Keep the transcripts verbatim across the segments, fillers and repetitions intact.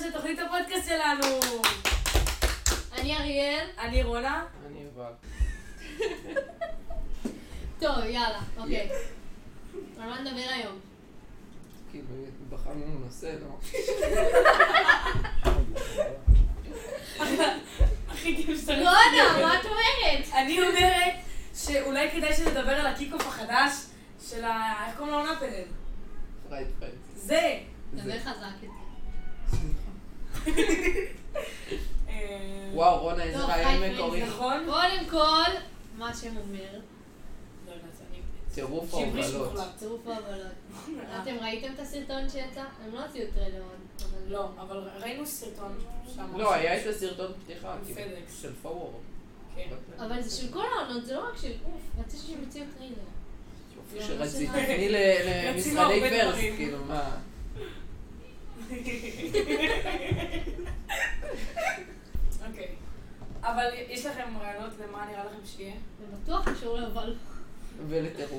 של תוכנית הפודקאסט שלנו. אני אריאל. אני רונה. אני יובל. טוב, יאללה, אוקיי. על מה נדבר היום? כאילו, בחרנו נושא, לא? הכי כאילו שצריך... רונה, מה את אומרת? אני אומרת שאולי כדאי שנדבר על הקיק-אוף החדש של ה... איך קוראים לעונה פנל? פרייד פרייד. זה! דבר חזק יותר. וואו, רונה, איזה רעיון מקורי. נכון? קודם כל, מה השם אומר? טירוף ההובלות. טירוף ההובלות. אתם ראיתם את הסרטון שיצא? הם לא הוציאו טריילר עוד. לא, אבל ראינו סרטון שם. לא, היה את הסרטון פתיחה, פדקס. של פאוור. אבל זה של כל העונות, זה לא רק של אוף, רציתי שהם יוציאו טריילר. יופי שרצית, תפני למשרדי פרס, כאילו, מה? אוקיי. אבל יש לכם רעיונות למה נראה לכם שיהיה? זה בטוח קשור לאבל. ולטירוף.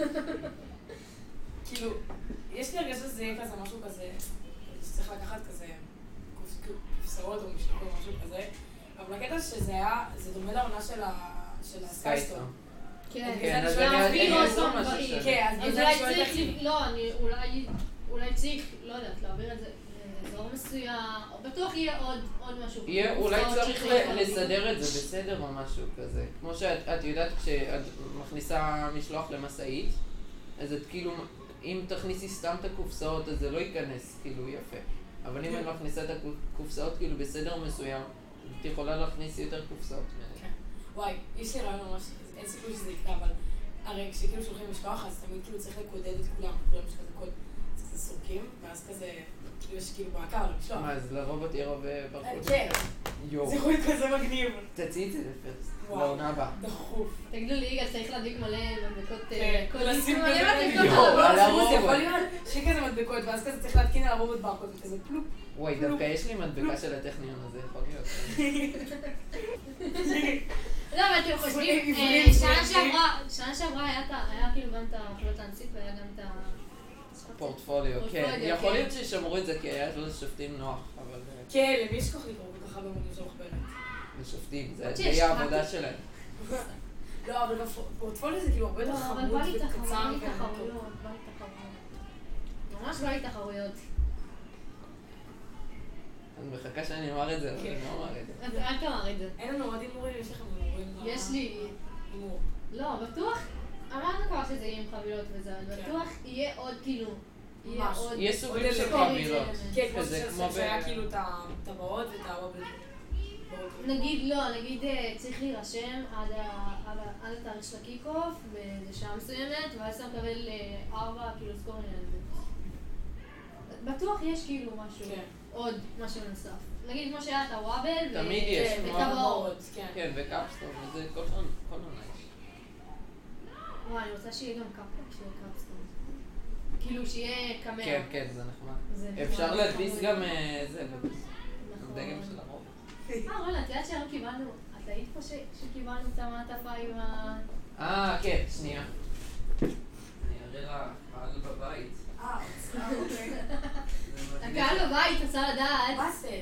כאילו, יש לי הרגשה שזה יהיה כזה משהו כזה, שצריך לקחת כזה קופסאות או משלחות או משהו כזה, אבל הקטע שזה היה, זה דומה לעונה של הסקייסטורם. כן, אז אני אעזור עוד משהו דברים. שונה. כן, אז אז בגלל אולי שואלת צריך, עצמי. לא, אני אולי, אולי צריך, לא יודעת, להעביר את זה לאזור מסוים, או בטוח יהיה עוד, עוד משהו. יהיה, אולי קופסאות צריך שצריך ל- לסדר את זה בסדר או משהו כזה. כמו שאת את יודעת, כשאת מכניסה משלוח למשאית, אז את כאילו, אם תכניסי סתם את הקופסאות, אז זה לא ייכנס, כאילו, יפה. אבל אם את מכניסה את הקופסאות כאילו בסדר מסוים, את יכולה להכניס יותר קופסאות. וואי, יש לי רעיון ממש, אין סיכוי שזה יקרה, אבל הרי כשכאילו שולחים משלוח, אז תמיד כאילו צריך לקודד את כולם, כולם יש כזה קוד, אז כזה סורקים, ואז כזה, כאילו יש כאילו מעקב על המשלוח. מה, אז לרובוט יהיה רוב ברקוד? כן, יואו. זה יכול להיות כזה מגניב. תציעי את זה לפרס, וואו. לעונה הבאה. דחוף. תגידו לי, יגאל, צריך להדליק מלא מדבקות כן, קודים. לשים מלא כזה מדבקות יואו, על על הרובוט. הרובוט. זה יכול להיות שיהיה כזה מדבקות, ואז כזה צריך להתקין על הרובוט ברקוד, וכזה פלופ. וואי, דווקא יש לי מדבקה של הטכניון הזה, יכול להיות. לא, אבל אתם חושבים, עבריים, אה, שנה עבריים. שעברה, שנה שעברה היה את ה- היה כאילו גם את האכלות האנצית והיה גם את ה... פורטפוליו, כן. פורטפוליו, יכול כן. להיות שישמרו את זה כי היה לשופטים נוח, אבל... אה, כן, למי יש כוח לקרוא כל כך הרבה מונים של מחברת? לשופטים, זה עוד זה שיש יהיה רק- העבודה שלהם. לא, אבל פורטפוליו זה כאילו הרבה יותר לא, אבל חמוד בא לי וקצר. תחרויות, בא לי וכזה. תחרויות, בא לי תחרויות. ממש בא לי תחרויות. אני מחכה שאני אומר את זה, אבל כן. אני לא אומר את זה. אז אל תאמר את זה. אין לנו עוד הימורים, יש לכם הימורים? יש לי... הימור. לא, בטוח, אמרנו כבר שזה יהיה עם חבילות וזה, אבל כן. בטוח יהיה עוד כאילו... יהיה ממש. עוד... יש סוגים עוד של איזה חבילות. כן, כמו כזה, ש- כמו ב- שהיה כאילו את הטבעות ואת הוואבל. נגיד לא, נגיד אה, צריך להירשם עד ה- עד ה- עד התאריך של הקיק-אוף באיזה שעה מסוימת, ואז אתה מקבל אה, ארבע כאילו סקורינג על זה. בטוח יש כאילו משהו, כן. עוד משהו נוסף. נגיד כמו שהיה את הוואבל ו- תמיד יש, כן, כמו- וטבעות. כן. כן, וקפסטון, וזה כל עונה כל עונה יש. וואי, אני רוצה שיהיה גם קאפ, שיהיה קאפסטון. כאילו שיהיה קמר. כן, כן, זה נחמד. זה אפשר נחמד. להדפיס גם אה, זה, נכון. דגם של הרוב. אה, רונה, את יודעת שהיום קיבלנו, את היית פה ש- שקיבלנו את המעטפה עם ה... אה, כן, שנייה. אני אראה לקהל בבית. אה, אוקיי. זה מגניב. הקהל בבית רצה לדעת. מה זה?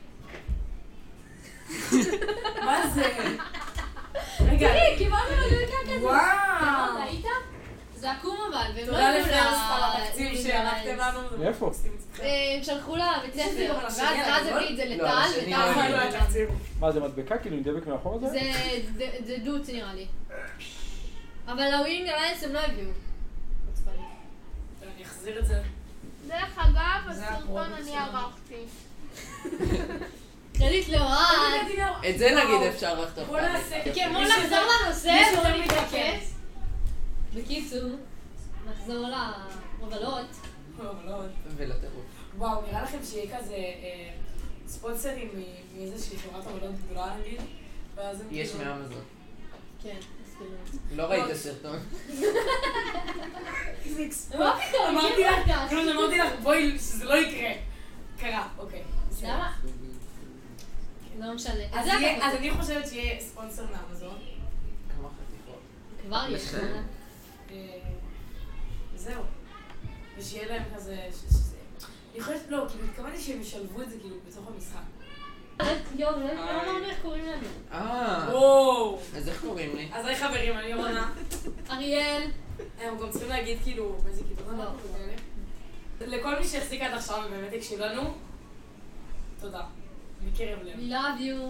מה זה? רגע. תראי, קיבלנו מדבקה כזאת. וואו. אתה היית? זה עקום אבל, והם לא תודה הביאו לפרס לה- על התקציב שהענקתם לנו. מאיפה? אה, הם שלחו לה בית יש לי ספר, גם על ואז השני, רז הגדול? הביא את זה לא, לטל, השני וטל לא הביא הגיע. את זה. מה, זה מדבקה? כאילו עם דבק מאחור הזה? זה ד- זה דוץ נראה לי. אבל הווינינג אליינס הם לא הביאו. חוצפנים. אני אחזיר את זה. דרך אגב, זה הסרטון הפרויקט אני שלנו. ערכתי. קרדיט לאוהד. את זה נגיד אפשר לחתוך. בוא נעשה- כן, בואו מי נחזור שזה- לנושא, מי שזה בואו מתעקש. נתרכז. בקיצור, נחזור להובלות. לא, לא. ולטירוף. וואו, נראה לכם שיהיה כזה אה, ספונסרים מ- מאיזושהי חברת עבודות גדולה נגיד? ואז הם יש כאילו- מאמזון. כן, מסכימים. לא ראית סרטון. מה פתאום? אמרתי כן, לך, פודקאסט. כאילו אמרתי לך, בואי, שזה לא יקרה. קרה, אוקיי. בסדר. למה? לא משנה. אז זה יהיה- אתה אז חושב. אני חושבת שיהיה ספונסר מאמזון. כמה חתיכות. כבר יש. בשנה. אה, וזהו. ושיהיה להם כזה... ש- שזה- אני חושבת, לא, כאילו, התכוונתי שהם ישלבו את זה כאילו בתוך המשחק. יואו, לא אמרנו איך קוראים לנו. אה, וואו! אז איך קוראים לי? אז היי חברים, אני יורנה. אריאל. הם גם צריכים להגיד כאילו, באיזה כיתות אנחנו וכאלה. לכל מי שהחזיק עד עכשיו ובאמת הקשיב לנו, תודה. מקרב לב. We love you.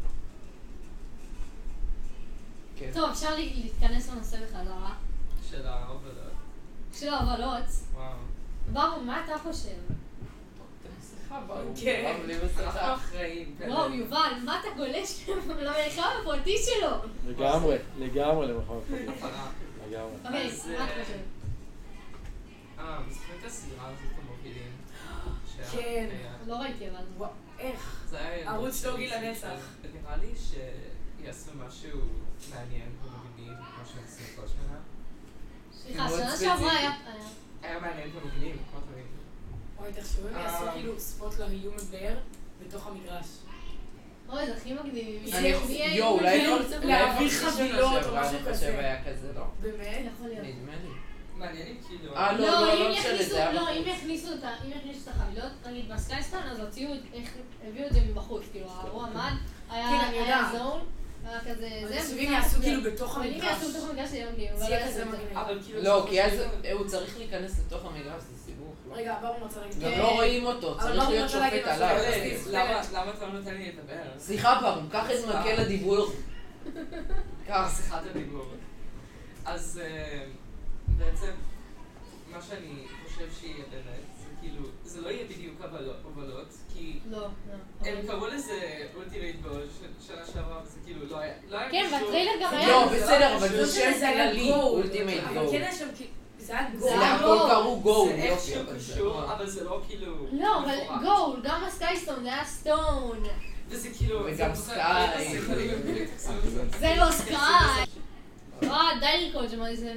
כן. טוב, אפשר להתכנס לנושא בחזרה. של ההובלות. של ההובלות. וואו. ברור, מה אתה חושב? שיחה ברור. כן. ברור לי אנחנו בשיחה. אחראים. וואו, יובל, מה אתה גולש למרחב הפרטי שלו? לגמרי, לגמרי למרחב הפרטי. הפרה. לגמרי. אוקיי, אז, מה אתה אה, חושב? אה, משחק הסדרה הזאת המובילים. שהיה- כן. היה- לא ראיתי אבל. וואו, איך? זה היה... ערוץ שלו גיל הנצח. נראה לי שיעשו משהו מעניין ומגניב, כמו שהם עושים כל שנה. סליחה, מאוד שנה ספציפי. שעברה היה... היה מעניין ומגניב, כמו תמיד. וואי, תחשבו אם יעשו אה. כאילו ספוט ל-Human Bear בתוך המגרש. אוי, זה הכי מגניב. אני- מי יהיה יואו, עם אולי כאילו- אולי להביא חצי שנה חבילות או שעברה, משהו אני כזה. חושב היה כזה, לא? באמת? יכול להיות. נדמה לי. מעניין אם כאילו... אה, לא, לא, לא, אם לא משנה, יכניסו, זה היה לא, בחוץ. אם יכניסו את ה- אם יכניסו את החבילות, נגיד בסקייסטון, אז הוציאו, את- איך- הביאו את זה מבחוץ, כאילו, הוא עמד, היה כן, אני היה יודעת. זון, היה כזה, אז זה, הסביבים וזה- יעשו זה- כאילו בתוך אבל אם המגרש. יעשו בתוך המגרש, זה יהיה מגניב, אבל זה לא יהיה יעשו כזה את זה. מגניב. אבל כאילו... לא, זה כי אז חושב- הוא צריך להיכנס לתוך המגרש, זה סיבוך. לא? רגע, ברור רוצה להגיד. גם כן. לא רואים אותו, אבל צריך ברור להיות רוצה להגיד שופט משהו. עליו. אלכס, למה למה אתה לא נותן לי לדבר? סליחה ברום, קח את מקל הדיבור. קח. שיחת הדיבור. אז אה, בעצם, מה שאני חושב שיהיה באמת, זה כאילו, זה לא יהיה בדיוק הובלות- הובלות, כי לא, לא. הם אבל- קראו לזה אולטימייט גול של שנה שעברה, וזה כאילו לא היה... לא היה כן, קשור- בטריילר גם היה. לא, זה בסדר, אבל לא זה שזה שם היה כללי, גול. אולטימייט אבל גול. כן היה שם כאילו, זה היה גול. זה היה הכל גול. קראו גול, זה יופי, איכשהו אבל זה... קשור, אבל זה לא כאילו... לא, אבל מפורט. גול, גם הסקייסטון, זה היה סטון. וזה כאילו... וגם זה- סקאי. זה לא סקאי. אה, די לקרוא את זה, מה זה...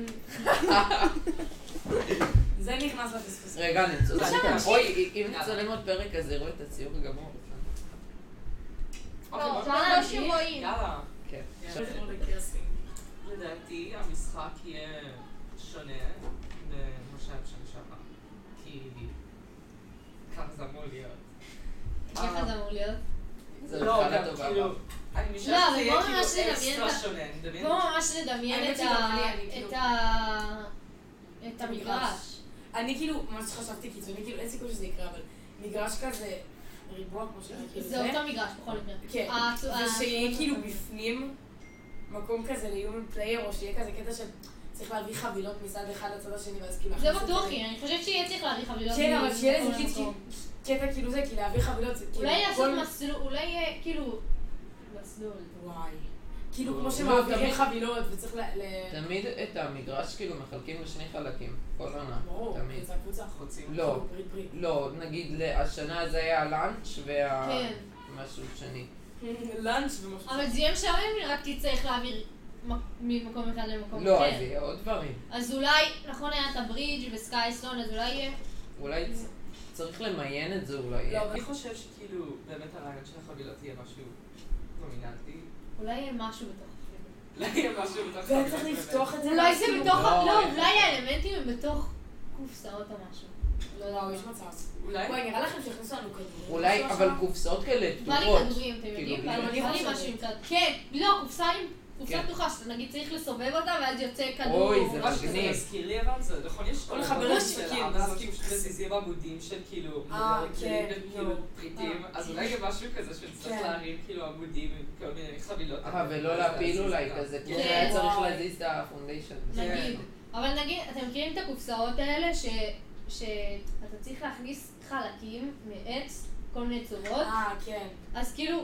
זה נכנס לפספוס. רגע, נמצא. עכשיו נמשיך. אוי, אם נצלם עוד פרק אז יראו את הציור הגמור. אוקיי, בוא אפשר נתחיל. להמשיך? שרואים. יאללה. כן. לדעתי המשחק יהיה שונה ממה שהיה בשנה שעברה. כי ככה זה אמור להיות. ככה זה אמור להיות. זה לא, התחלה גם טובה. כאילו, אני משער לא, שזה אבל יהיה בוא כאילו ממש נדמיין אקסטרה את ה- שונה. אני מדמיין בוא ממש לדמיין האמת את שגם ה... אני, אני כאילו- את ה... את המגרש. אני כאילו, מה שחשבתי קיצוני, כאילו אין סיכוי שזה יקרה, אבל מגרש כזה ריבוע כמו שזה, כאילו זה אותו מגרש בכל מקרה. כן, הצ- ושיהיה ה- כאילו בפנים מקום כזה ל-human player, או שיהיה כזה קטע של צריך להביא חבילות מצד אחד לצד השני, ואז כאילו... זה להכניס את בטוח יהיה, אני חושבת שיהיה צריך להביא חבילות. כן, אבל שיהיה מכל איזה קיצ- מקום. קטע כאילו זה, כי להביא חבילות זה כאילו... אולי יעשו כל- מסלול, אולי יהיה כאילו... מסלול. וואי. כאילו כמו לא, שמעבירים תמיד- חבילות וצריך ל... ל- תמיד את המגרש כאילו מחלקים לשני חלקים, כל עונה. ברור, תמיד. קבוצה קבוצה. חוצים. לא, כאילו, ברית ברית. לא, נגיד השנה זה היה לאנץ' וה... כן. משהו שני. לאנץ' ומשהו. אבל זה יהיה משעמם אם רק תצטרך להעביר מ- ממקום אחד למקום לא, אחר. אז יהיה עוד דברים. אז אולי, נכון היה את הברידג' וסקייסטון, אז אולי יהיה... אולי צ- צריך למיין את זה אולי. לא, אבל אני חושב שכאילו, באמת הרעיון של החבילות יהיה משהו דומיננטי. אולי יהיה משהו בתוך. אולי יהיה משהו בתוך והיה צריך באמת. לפתוח את זה. אולי ואז זה כאילו- בתוך... לא, לא, איך- אולי האלמנטים הם בתוך קופסאות או משהו. לא וואו, יודע. יש מצב. אולי? וואי, נראה לכם שהכניסו לנו כדור. אולי, משהו אבל עכשיו? קופסאות כאלה בא לי פתוחות. כדורים, אתם כאילו, יודעים? בלי- בא לי- אני בא לי חושבת. משהו עם כדור. כן, לא, קופסה עם... קופסה כן. פתוחה, שאתה נגיד צריך לסובב אותה ואז יוצא כדור. אוי, זה מה שזה מגניב. מזכיר לי אבל זה נכון, יש או לחבר את לסכין, של ואז ואז כאילו כאילו מזיזים עמודים של כאילו אה, מורות כן, וכאילו יואו. פריטים, אה. אז אולי יהיה משהו כזה שנצטרך כן. להרים כאילו עמודים עם כל מיני חבילות. אה, ולא להפיל אולי כזה, כמו כן. שהיה צריך וואי. להזיז את הפונדיישן. נגיד. אבל נגיד, אתם מכירים את הקופסאות האלה ש... שאתה צריך להכניס חלקים מעץ, כל מיני צורות, אה, כן. אז כאילו,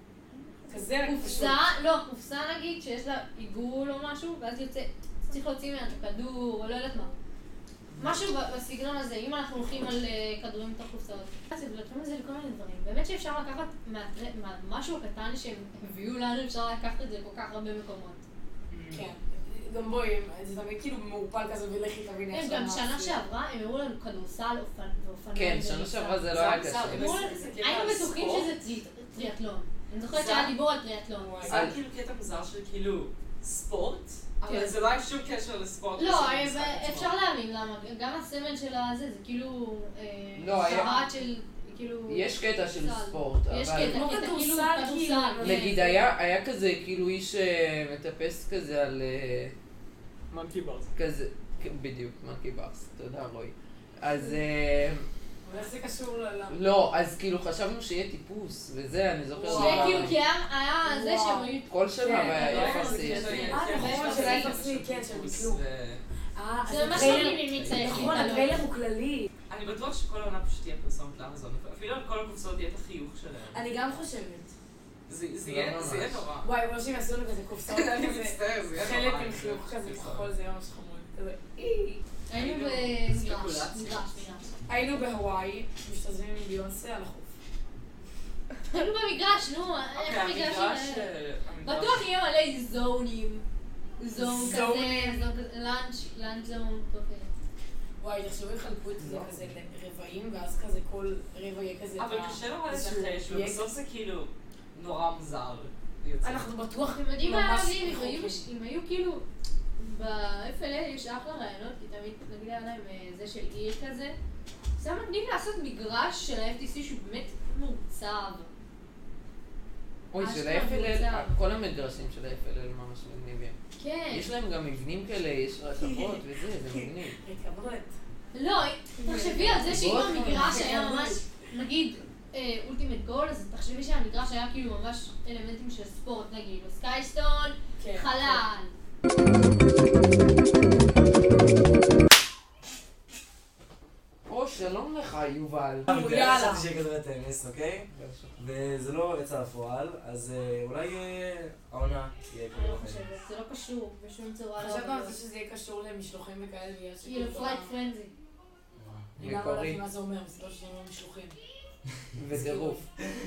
כזה קופסה, לא, קופסה נגיד שיש לה עיגול או משהו, ואז יוצא, צריך להוציא ממנה את הכדור, או לא יודעת מה. משהו ב- בסגנון הזה, אם אנחנו הולכים על אה, כדורים מתוך קופסאות. אז ולוקחים את זה לכל מיני דברים. באמת שאפשר לקחת מהטר- מהמשהו הקטן שהם הביאו לנו, אפשר לקחת את זה לכל כך הרבה מקומות. כן. גם בואי, זה תמיד כאילו מעורפל כזה ולכי תביני כן, גם שנה שעברה הם הראו לנו כדורסל אופנ- ואופניים. כן, שנה וריצה. שעברה זה לא היה זה- קשה. זה- אמרו לנו- זה קטע היינו על בטוחים ספורט. שזה טרי- טריאטלון. אני זוכרת זה- שהיה דיבור על טריאטלון. וואי. זה היה כאילו קטע מוזר של כאילו ספורט, אבל זה לא היה שום קשר לספורט. לא, אפשר להאמין למה. גם הסמל של הזה, זה כאילו... שרת של... יש קטע של ספורט, אבל... יש קטע, כמו קטע, כאילו כדורסל, כאילו. נגיד, היה כזה, כאילו איש מטפס כזה על... מנקי ברס. כזה, בדיוק, מנקי ברס, תודה רוי. אז... אבל איך זה קשור ללמה? לא, אז כאילו חשבנו שיהיה טיפוס, וזה, אני זוכר... שיהיה כאילו, כי היה זה שהם היו... כל שנה היה יפרסי. אה, נכון, של היפרסי, כן, שהם ביטלו. זה ממש לא מי צריך. נכון, הטריילר הוא כללי. אני בטוח שכל העונה פשוט תהיה פרסומת לאמזון, אפילו על כל הקופסאות יהיה את החיוך שלהם. אני גם חושבת. זה יהיה נורא. וואי, בוא שהם יעשו לנו כזה קופסאות, אני מצטער, זה יהיה חלק נורא. עם חיוך כזה כחול, זה ממש חמוד. כזה אי. היינו במגרש, מגרש, היינו בהוואי, משתזמים עם ביונסה על החוף. היינו במגרש, נו, איך המגרש שלהם? בטוח יהיה מלא זונים. זון כזה, לאנץ', לאנץ' זון כזה. וואי, תחשבו איך חלקו את זה כזה רבעים, ואז כזה כל רבע יהיה כזה... אבל קשה נורא לנחש, ובסוף זה כאילו נורא מוזר. אנחנו בטוח אתם יודעים מה היה לי, אם היו כאילו... ב-אף אל איי יש אחלה רעיונות, כי תמיד נגיד היה להם זה של עיר כזה. זה היה מגניב לעשות מגרש של ה-אף טי סי שהוא באמת מוצב. אוי, של ה-אף אל איי, כל המגרשים של ה-אף אל איי ממש מגניבים. כן. יש להם גם מבנים כאלה, יש רכבות וזה, זה מגניב. רכבות. לא, תחשבי על זה שאם המגרש היה ממש, נגיד, אולטימט גול, אז תחשבי שהמגרש היה כאילו ממש אלמנטים של ספורט, נגיד, סקייסטון, חלל. או, שלום לך, יובל. יאללה. חשבתי שיהיה כדורי טניס, אוקיי? וזה לא יצא לפועל, אז אולי העונה תהיה אני לא חושבת, זה לא קשור בשום צורה. חשבנו על זה שזה יהיה קשור למשלוחים וכאלה, בגלל כאילו פלייט פרנזי. אני גם לא יודעת מה זה אומר, מסתבר שזה אומר משלוחים. וטירוף.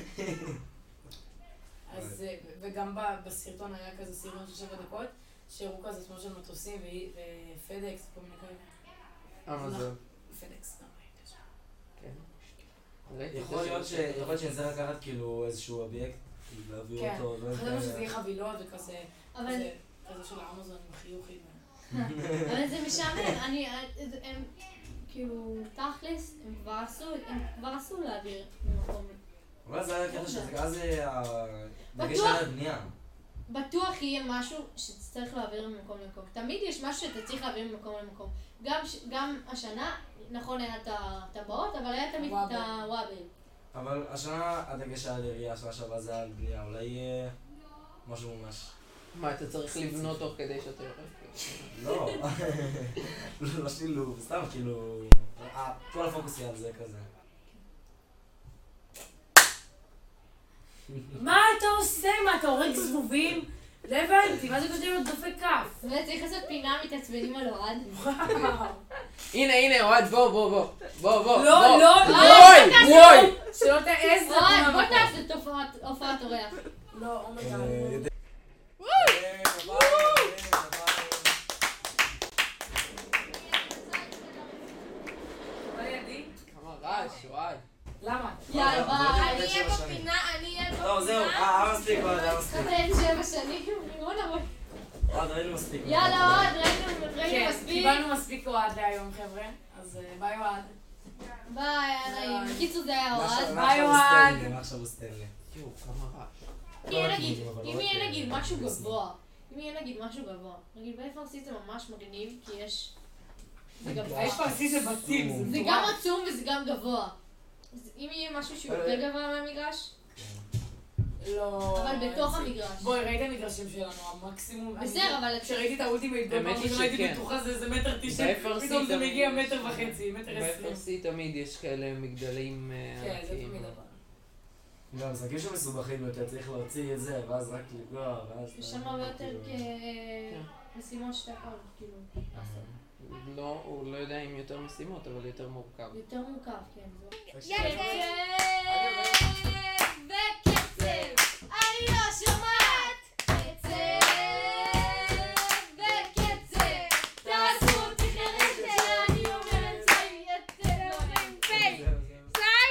אז, וגם בסרטון היה כזה סרטון של שבע דקות, שהראו כזה תמונות של מטוסים ופדקס, כל מיני כאלה. אמזון. פדקס, יכול להיות שנצטרך לקחת כאילו איזשהו אובייקט, להביא אותו. כן, חשבנו שזה יהיה חבילות וכזה, כזה של אמזון עם חיוכים. אבל זה משעמם, אני, הם כאילו, תכלס, הם כבר עשו, הם כבר עשו להעביר ממקום. אבל זה היה קטע שזה כזה, זה הדגש על הבנייה. בטוח יהיה משהו שצריך להעביר ממקום למקום. תמיד יש משהו שאתה צריך להעביר ממקום למקום. גם השנה, נכון היה את הטבעות, אבל היה תמיד את הוואבל. אבל השנה הדגש על עירייה, השנה שעברה זה על בנייה, אולי יהיה משהו ממש... מה, אתה צריך לבנות תוך כדי שאתה יורד? לא, לא שילוב, סתם כאילו... כל הפוקוס יהיה על זה כזה. מה אתה עושה? מה, אתה הורג זבובים? לא הבנתי, מה זה קודם להיות דופק כף? באמת צריך לעשות פינה מתעצבנים על אוהד. הנה, הנה, אוהד, בוא, בוא, בוא. בוא, בוא. לא, לא, וואי, וואי. שלא תעז. אוהד, בוא תעשה הופעת אורח. לא, אומייגאד. כמה רעש, אוהד. למה? יאללה, ביי. אני אהיה בפינה, אני אהיה בפינה. טוב, זהו, אה, מספיק, אוהד, אה, מספיק. חתן שבע שנים, בוא נבוא. אוהד, ראינו מספיק. יאללה, אוהד, ראינו כן, מספיק. קיבלנו מספיק אוהד להיום, חבר'ה. אז ביי אוהד. ביי, היה נעים. בקיצור זה היה אוהד. ביי אוהד. מה עכשיו הוא סטנלי? יואו, כמה רעש. אם יהיה נגיד משהו גבוה, אם יהיה נגיד משהו גבוה, נגיד באפרסית זה ממש מגניב, כי יש... זה גבוה. האפרסי זה בתים, זה גם עצום וזה גם גבוה. אז אם יהיה משהו שהוא יותר גבוה מהמגרש? לא... אבל בתוך המגרש. בואי, ראית המגרשים שלנו, המקסימום... בסדר, אבל... כשראיתי את האולטימייט בפעם ראשונה הייתי בטוחה זה איזה מטר תשעים, פתאום זה מגיע מטר וחצי, מטר עשרים. באפרסי תמיד יש כאלה מגדלים כן, זה תמיד אבל. לא, משחקים שמסובכים יותר, צריך להוציא את זה, ואז רק לגוע, ואז... יש שם הרבה יותר כמשימות שאתה יכול, כאילו... לא, הוא לא יודע אם יותר משימות, אבל יותר מורכב. יותר מורכב, כן. קצב וקצב, אני לא שומעת. קצב וקצב, תעשו אותי חירשת, אני אומרת זי, אתם אומרים פי. זי,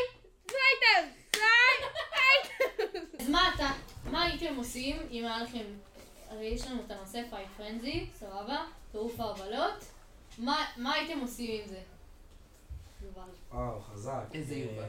זייטר, זי, זייטר. אז מה אתה, מה הייתם עושים אם היה לכם הרי יש לנו את הנושא פייט פרנזי, סבבה? טירוף ההובלות. מה מה הייתם עושים עם זה? יובל. וואו, חזק. איזה יובל.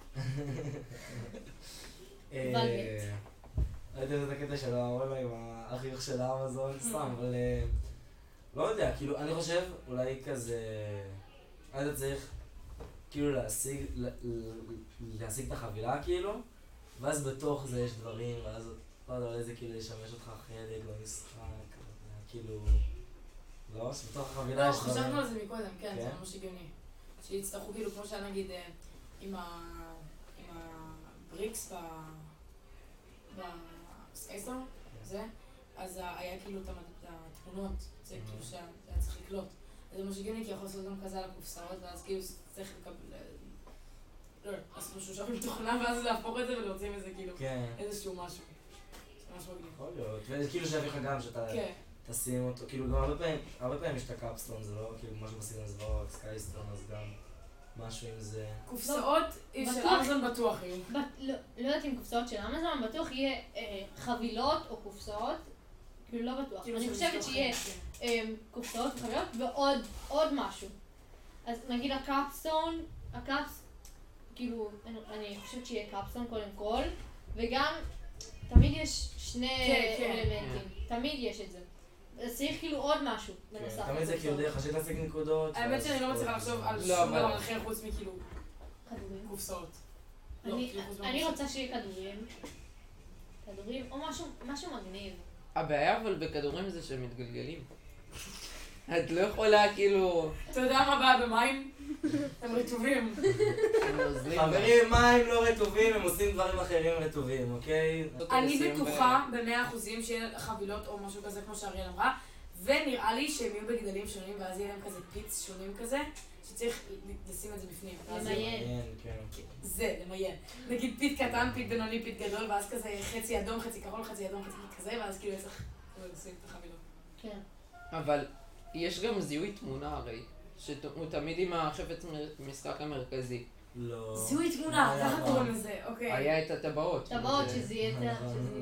יובל מת. ראיתם את הקטע של ההורה עם החיוך של האמזון, סתם, אבל לא יודע, כאילו, אני חושב, אולי כזה, היית צריך כאילו להשיג, להשיג את החבילה, כאילו, ואז בתוך זה יש דברים, ואז, לא יודע, אולי זה כאילו ישמש אותך חלק במשחק, כאילו, לא? שבתוך החבילה לא, יש דברים. חשבנו על זה מקודם, כן, זה כן? ממש הגיוני. שיצטרכו כאילו, כמו שאני נגיד, עם הבריקס בסקייסטור, זה, אז היה כאילו את התמונות, זה כאילו שהיה צריך לקלוט. זה ממש הגיוני, כי יכול לעשות גם כזה על הקופסאות, ואז כאילו צריך לקבל... לא, לעשות משהו שם עם תוכנה, ואז להפוך את זה ולהוציא מזה כאילו איזשהו משהו. זה ממש מגניב. יכול להיות, וזה כאילו שיביא לך גם שאתה תשים אותו, כאילו גם הרבה פעמים, הרבה פעמים יש את הקפסטון, זה לא כאילו משהו בסגנון, זה לא רק סקייסטון, אז גם משהו עם זה. קופסאות של אמזון בטוח יהיו. לא יודעת אם קופסאות של אמזון, בטוח יהיה חבילות או קופסאות, כאילו לא בטוח. אני חושבת שיהיה קופסאות וחבילות ועוד משהו. אז נגיד הקפסטון, הקפס, כאילו, אני חושבת שיהיה קפסטון קודם כל, וגם תמיד יש שני אלמנטים, תמיד יש את זה. אז צריך כאילו עוד משהו בנוסף. תמיד זה כאילו דרך השאלה להשיג נקודות. האמת שאני לא מצליחה לחשוב על שום דבר אחר חוץ מכאילו כדורים. קופסאות. אני רוצה שיהיה כדורים, כדורים או משהו מגניב. הבעיה אבל בכדורים זה שהם מתגלגלים. את לא יכולה כאילו... אתה יודע מה הבעיה במים? הם רטובים. חברים, מים לא רטובים, הם עושים דברים אחרים רטובים, אוקיי? אני בטוחה במאה אחוזים שיהיה חבילות או משהו כזה כמו שאריאל אמרה, ונראה לי שהם יהיו בגדלים שונים ואז יהיה להם כזה פיץ שונים כזה, שצריך לשים את זה בפנים. למיין. זה, למיין. נגיד פיט קטן, פיט בינוני, פיט גדול, ואז כזה חצי אדום, חצי כחול, חצי אדום, חצי כזה, ואז כאילו צריך לשים את החבילות. כן. אבל יש גם זיהוי תמונה הרי, שהוא תמיד עם החפץ משחק המרכזי. לא. זיהוי תמונה, ככה קוראים לזה, אוקיי. היה את הטבעות. טבעות שזיהית.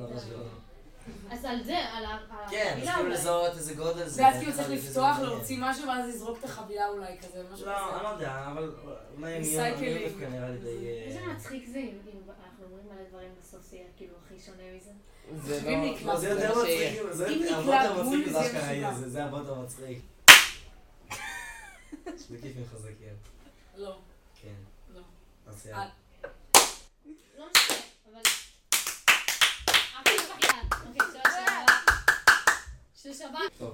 אז על זה, על החבילה אולי. כן, אז כאילו לזהות איזה גודל זה. ואז כאילו צריך לפתוח, להוציא משהו, ואז לזרוק את החבילה אולי כזה, משהו כזה. לא, אני לא יודע, אבל אולי הם יהיו דווקא נראה לי די... איזה מצחיק זה אם אנחנו אומרים מלא דברים בסוף זה יהיה כאילו הכי שונה מזה. זה לא... זה יותר מצחיק, זה הרבה יותר מצחיק מזה שכנראה, זה הרבה יותר מצחיק. שליקיפים חזקים. לא. כן. לא. אז יאללה. לא משנה, אבל... אוקיי, של השבת. של שבת. טוב.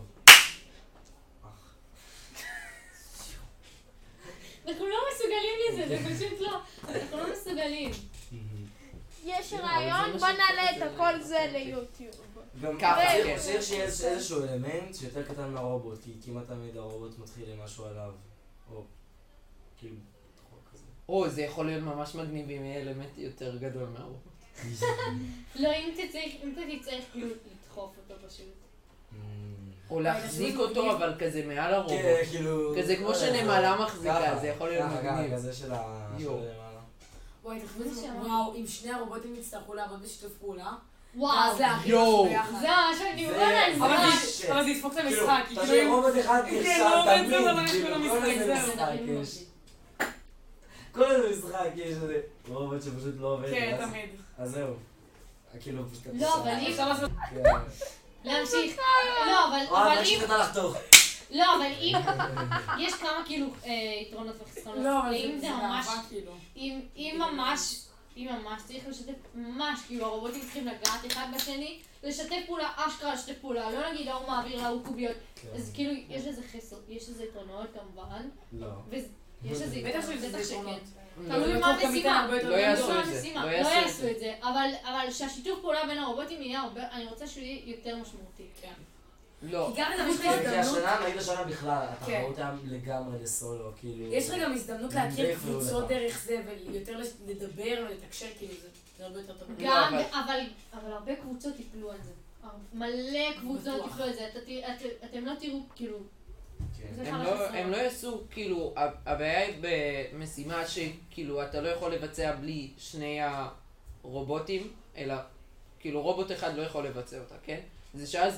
אנחנו לא מסוגלים לזה, זה פשוט לא. אנחנו לא מסוגלים. יש רעיון, בוא נעלה את הכל זה ליוטיוב. גם ככה, צריך שיהיה איזשהו אלמנט שיותר קטן מהרובוט, כי כמעט תמיד הרובוט מתחיל עם משהו עליו. או כאילו, תחוק כזה. או, זה יכול להיות ממש מגניב אם יהיה אלמנט יותר גדול מהרובוט. לא, אם אתה תצטרך כאילו לדחוף אותו פשוט. או להחזיק אותו, אבל כזה מעל הרובוט. כן, כאילו... כזה כמו שנמלה מחזיקה, זה יכול להיות מגניב. כזה של למעלה. וואי, תחשבו, וואו, אם שני הרובוטים יצטרכו לעבוד בשיתוף פעולה, וואו, ואז להכין משהו ביחד. זה ממש אני אומר על זה. אבל זה ידפוק את המשחק, כי כאילו... תשאיר רובוט אחד נכשל תמיד, כאילו, כל איזה משחק יש. כל איזה משחק יש איזה רובוט שפשוט לא עובד. כן, תמיד. אז זהו. כאילו פשוט... לא, אבל אם... אפשר לעשות... להמשיך. לא, אבל... וואו, להמשיך אותה לחתוך. לא, אבל אם... יש כמה כאילו יתרונות וחסרונות. לא, אבל אם זה ממש... גאווה כאילו. אם ממש... אם ממש צריך לשתף, ממש, כאילו הרובוטים צריכים לגעת אחד בשני, לשתף פעולה, אשכרה לשתף פעולה, לא נגיד ההוא מעביר להוא קוביות, אז כאילו יש לזה חסר, יש לזה יתרונות כמובן, לא. ויש לזה בטח שזה יתרונות. תלוי מה המשימה, לא יעשו את זה, לא יעשו את זה, אבל שהשיתוף פעולה בין הרובוטים יהיה הרבה, אני רוצה שהוא יהיה יותר משמעותי. כן. לא. כי גם את המשחק כי הזדמנות... השנה, נגיד השנה בכלל, התחרות היה לגמרי לסולו, כאילו... יש לך גם הזדמנות להכיר קבוצות דרך זה, ויותר לדבר ולתקשר, כאילו זה הרבה יותר טוב. גם, אבל הרבה קבוצות יפלו על זה. מלא קבוצות יפלו על זה, אתם לא תראו, כאילו... הם לא יעשו, כאילו, הבעיה היא במשימה שכאילו אתה לא יכול לבצע בלי שני הרובוטים, אלא כאילו רובוט אחד לא יכול לבצע אותה, כן? זה שאז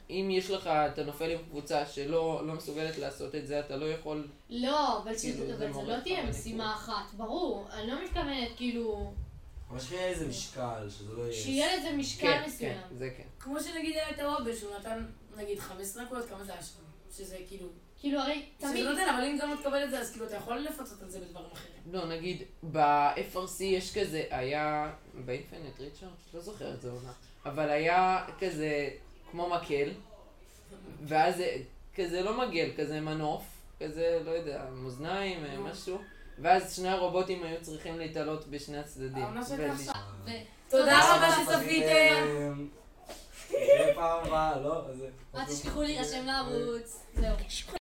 אם יש לך, אתה נופל עם קבוצה שלא לא מסוגלת לעשות את זה, אתה לא יכול... לא, אבל כאילו, שזה- זה אבל זה מוריד לא לך תהיה בניקוד. משימה אחת, ברור. אני לא מתכוונת כאילו... אבל שיהיה איזה משקל, שזה לא יהיה... שיהיה לזה משקל כן, מסוים. כן, זה כן. כמו שנגיד היה את הוובל, שהוא נתן נגיד חמש עשרה נקודות, כמה זה היה שם? שזה כאילו... כאילו הרי שזה תמיד... נותן, אבל אם גם לא תקבל את זה, אז כאילו אתה יכול לפצות על זה בדברים אחרים. לא, נגיד, ב-אף אר סי יש כזה, היה... באינפינט ריצ'ארד? לא זוכר את זה עונה. אבל היה כזה, כמו מקל, ואז זה כזה לא מגל, כזה מנוף, כזה, לא יודע, מאזניים, נו. משהו. ואז שני הרובוטים היו צריכים להתעלות בשני הצדדים. העונה שהייתה ול- עכשיו. ו- תודה רבה אז שצפיתם! נראה פעם הבאה, לא? אז זה- אל תשכחו להירשם לערוץ. זהו.